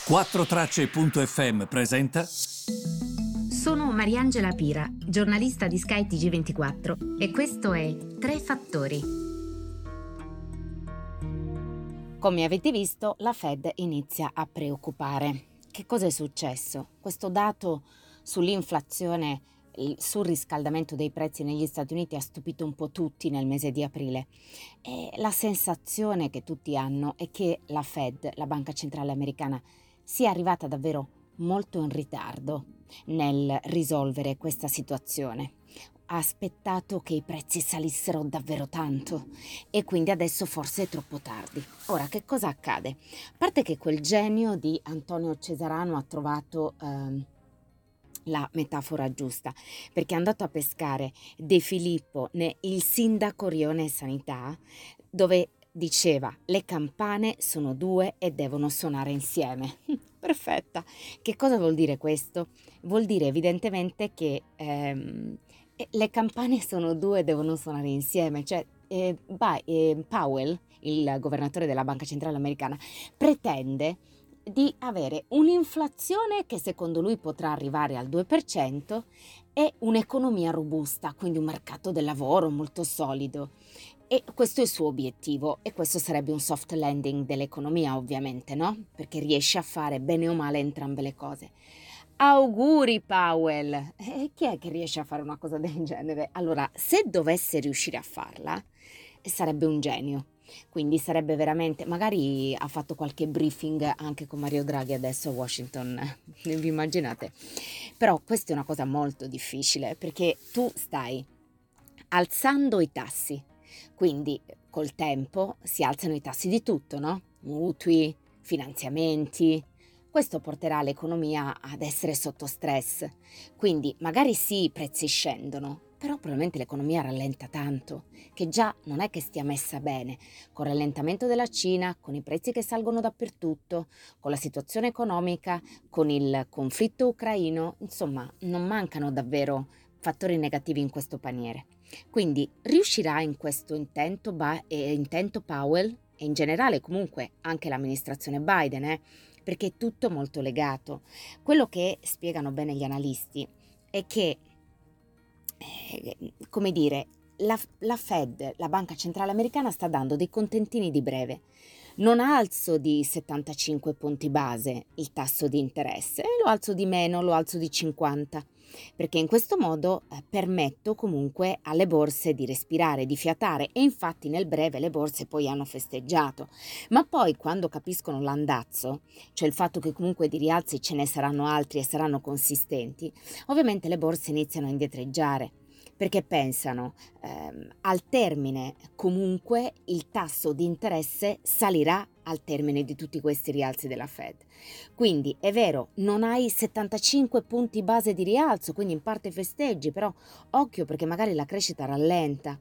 4Tracce.fm presenta. Sono Mariangela Pira, giornalista di Sky TG24 e questo è Tre Fattori. Come avete visto, la Fed inizia a preoccupare. Che cosa è successo? Questo dato sull'inflazione, il surriscaldamento dei prezzi negli Stati Uniti ha stupito un po' tutti nel mese di aprile. E la sensazione che tutti hanno è che la Fed, la Banca Centrale Americana, sia arrivata davvero molto in ritardo nel risolvere questa situazione. Ha aspettato che i prezzi salissero davvero tanto e quindi adesso forse è troppo tardi. Ora, che cosa accade? A parte che quel genio di Antonio Cesarano ha trovato la metafora giusta, perché è andato a pescare De Filippo Il sindaco Rione Sanità, dove diceva: le campane sono due e devono suonare insieme. Perfetta. Che cosa vuol dire questo? Vuol dire evidentemente che le campane sono due e devono suonare insieme, cioè Powell, il governatore della Banca Centrale Americana, pretende di avere un'inflazione che secondo lui potrà arrivare al 2% e un'economia robusta, quindi un mercato del lavoro molto solido. E questo è il suo obiettivo, e questo sarebbe un soft landing dell'economia, ovviamente, no? Perché riesce a fare bene o male entrambe le cose. Auguri Powell! E chi è che riesce a fare una cosa del genere? Allora, se dovesse riuscire a farla, sarebbe un genio. Quindi sarebbe veramente, magari ha fatto qualche briefing anche con Mario Draghi adesso a Washington, vi immaginate? Però questa è una cosa molto difficile, perché tu stai alzando i tassi, quindi col tempo si alzano i tassi di tutto, no? Mutui, finanziamenti. Questo porterà l'economia ad essere sotto stress, quindi magari sì, i prezzi scendono, però probabilmente l'economia rallenta tanto, che già non è che stia messa bene, con il rallentamento della Cina, con i prezzi che salgono dappertutto, con la situazione economica, con il conflitto ucraino, insomma, non mancano davvero fattori negativi in questo paniere. Quindi riuscirà in questo intento Powell e in generale comunque anche l'amministrazione Biden, perché è tutto molto legato. Quello che spiegano bene gli analisti è che come dire, la Fed, la Banca Centrale Americana, sta dando dei contentini di breve. Non alzo di 75 punti base il tasso di interesse, lo alzo di meno, lo alzo di 50, perché in questo modo permetto comunque alle borse di respirare, di fiatare, e infatti nel breve le borse poi hanno festeggiato. Ma poi quando capiscono l'andazzo, cioè il fatto che comunque di rialzi ce ne saranno altri e saranno consistenti, ovviamente le borse iniziano a indietreggiare, perché pensano al termine comunque il tasso di interesse salirà al termine di tutti questi rialzi della Fed. Quindi è vero, non hai 75 punti base di rialzo, quindi in parte festeggi, però occhio, perché magari la crescita rallenta.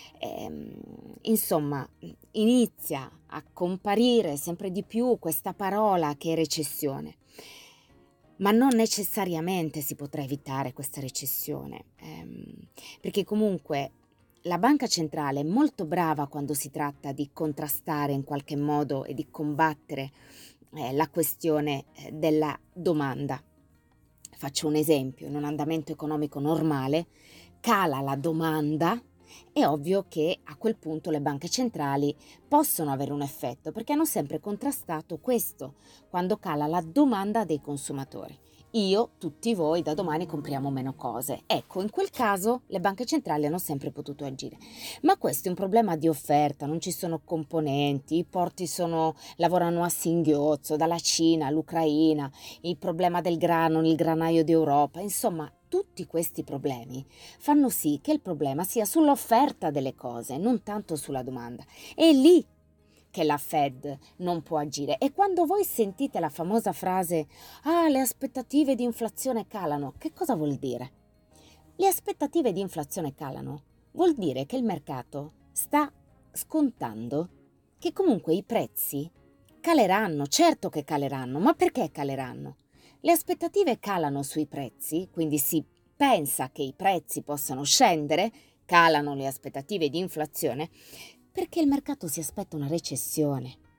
Insomma, inizia a comparire sempre di più questa parola che è recessione. Ma non necessariamente si potrà evitare questa recessione, perché comunque la banca centrale è molto brava quando si tratta di contrastare in qualche modo e di combattere la questione della domanda. Faccio un esempio: in un andamento economico normale cala la domanda, è ovvio che a quel punto le banche centrali possono avere un effetto, perché hanno sempre contrastato questo quando cala la domanda dei consumatori. Io, tutti voi, da domani compriamo meno cose. Ecco, in quel caso le banche centrali hanno sempre potuto agire. Ma questo è un problema di offerta, non ci sono componenti, i porti lavorano a singhiozzo, dalla Cina all'Ucraina, il problema del grano, il granaio d'Europa, insomma, tutti questi problemi fanno sì che il problema sia sull'offerta delle cose, non tanto sulla domanda. È lì che la Fed non può agire. E quando voi sentite la famosa frase le aspettative di inflazione calano, che cosa vuol dire? Le aspettative di inflazione calano vuol dire che il mercato sta scontando che comunque i prezzi caleranno, certo che caleranno, ma perché caleranno? Le aspettative calano sui prezzi, quindi si pensa che i prezzi possano scendere, calano le aspettative di inflazione, perché il mercato si aspetta una recessione.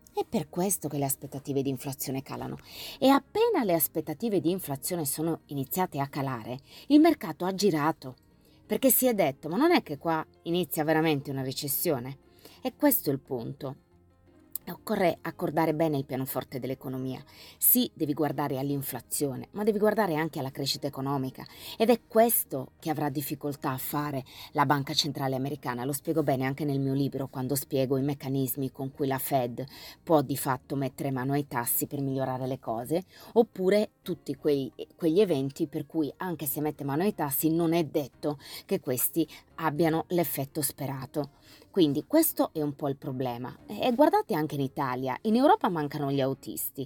È per questo che le aspettative di inflazione calano. E appena le aspettative di inflazione sono iniziate a calare, il mercato ha girato, perché si è detto, ma non è che qua inizia veramente una recessione? E questo è il punto. Occorre accordare bene il pianoforte dell'economia. Sì, devi guardare all'inflazione, ma devi guardare anche alla crescita economica. Ed è questo che avrà difficoltà a fare la Banca Centrale Americana. Lo spiego bene anche nel mio libro, quando spiego i meccanismi con cui la Fed può di fatto mettere mano ai tassi per migliorare le cose, oppure tutti quegli eventi per cui, anche se mette mano ai tassi, non è detto che questi abbiano l'effetto sperato. Quindi questo è un po' il problema. E guardate anche in Italia, in Europa mancano gli autisti,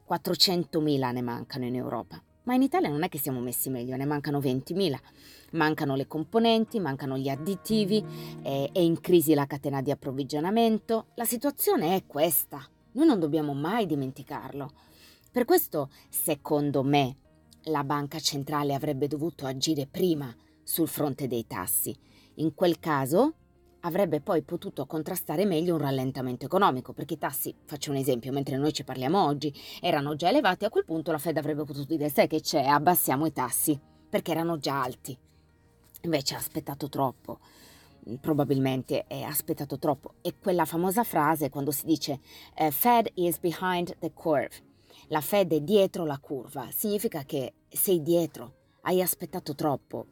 400.000 ne mancano in Europa, ma in Italia non è che siamo messi meglio, ne mancano 20.000. Mancano le componenti, mancano gli additivi, è in crisi la catena di approvvigionamento. La situazione è questa, noi non dobbiamo mai dimenticarlo. Per questo, secondo me, la banca centrale avrebbe dovuto agire prima sul fronte dei tassi. In quel caso avrebbe poi potuto contrastare meglio un rallentamento economico, perché i tassi, faccio un esempio, mentre noi ci parliamo oggi, erano già elevati. A quel punto la Fed avrebbe potuto dire, sai che c'è, abbassiamo i tassi, perché erano già alti. Invece ha aspettato troppo, probabilmente ha aspettato troppo. E quella famosa frase quando si dice Fed is behind the curve, la Fed è dietro la curva, significa che sei dietro, hai aspettato troppo,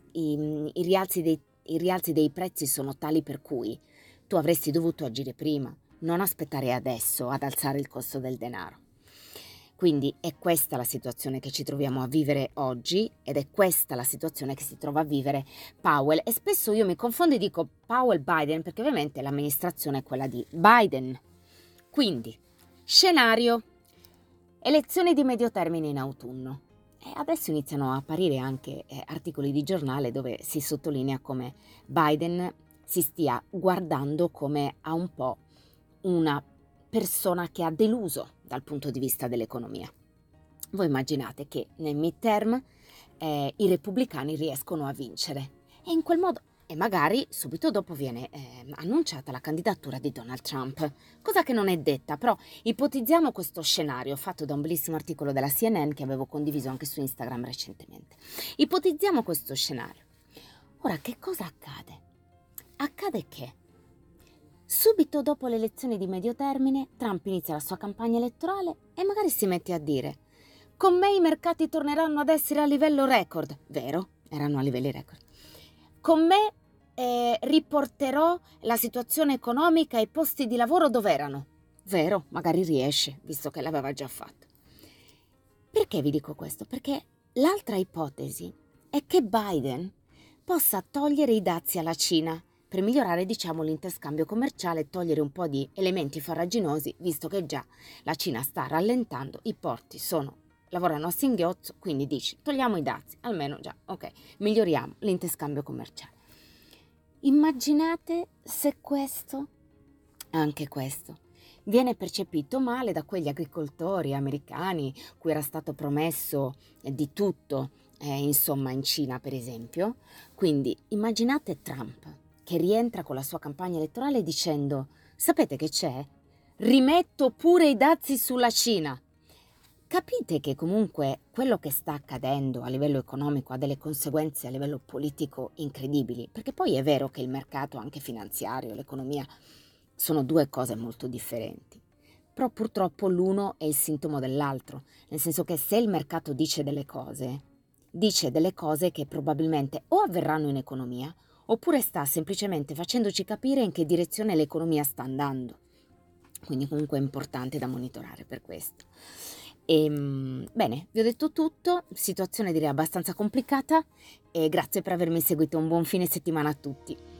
i rialzi dei prezzi sono tali per cui tu avresti dovuto agire prima, non aspettare adesso ad alzare il costo del denaro. Quindi è questa la situazione che ci troviamo a vivere oggi ed è questa la situazione che si trova a vivere Powell. E spesso io mi confondo e dico Powell-Biden perché ovviamente l'amministrazione è quella di Biden. Quindi, scenario, elezioni di medio termine in autunno. E adesso iniziano a apparire anche articoli di giornale dove si sottolinea come Biden si stia guardando come a un po' una persona che ha deluso dal punto di vista dell'economia. Voi immaginate che nel midterm i repubblicani riescono a vincere e in quel modo, e magari subito dopo viene annunciata la candidatura di Donald Trump, cosa che non è detta, però ipotizziamo questo scenario fatto da un bellissimo articolo della CNN che avevo condiviso anche su Instagram recentemente. Ipotizziamo questo scenario. Ora, che cosa accade? Accade che subito dopo le elezioni di medio termine, Trump inizia la sua campagna elettorale e magari si mette a dire «Con me i mercati torneranno ad essere a livello record». Vero, erano a livelli record. «Con me riporterò la situazione economica e i posti di lavoro dove erano». Vero, magari riesce, visto che l'aveva già fatto. Perché vi dico questo? Perché l'altra ipotesi è che Biden possa togliere i dazi alla Cina per migliorare, diciamo, l'interscambio commerciale e togliere un po' di elementi farraginosi, visto che già la Cina sta rallentando, i porti lavorano a singhiozzo, quindi dici, togliamo i dazi, almeno già, ok, miglioriamo l'interscambio commerciale. Immaginate se anche questo, viene percepito male da quegli agricoltori americani cui era stato promesso di tutto, insomma, in Cina, per esempio. Quindi immaginate Trump che rientra con la sua campagna elettorale dicendo «Sapete che c'è? Rimetto pure i dazi sulla Cina». Capite che comunque quello che sta accadendo a livello economico ha delle conseguenze a livello politico incredibili, perché poi è vero che il mercato, anche finanziario, l'economia, sono due cose molto differenti. Però purtroppo l'uno è il sintomo dell'altro, nel senso che se il mercato dice delle cose che probabilmente o avverranno in economia, oppure sta semplicemente facendoci capire in che direzione l'economia sta andando. Quindi comunque è importante da monitorare per questo. Bene, vi ho detto tutto, situazione direi abbastanza complicata e grazie per avermi seguito, un buon fine settimana a tutti.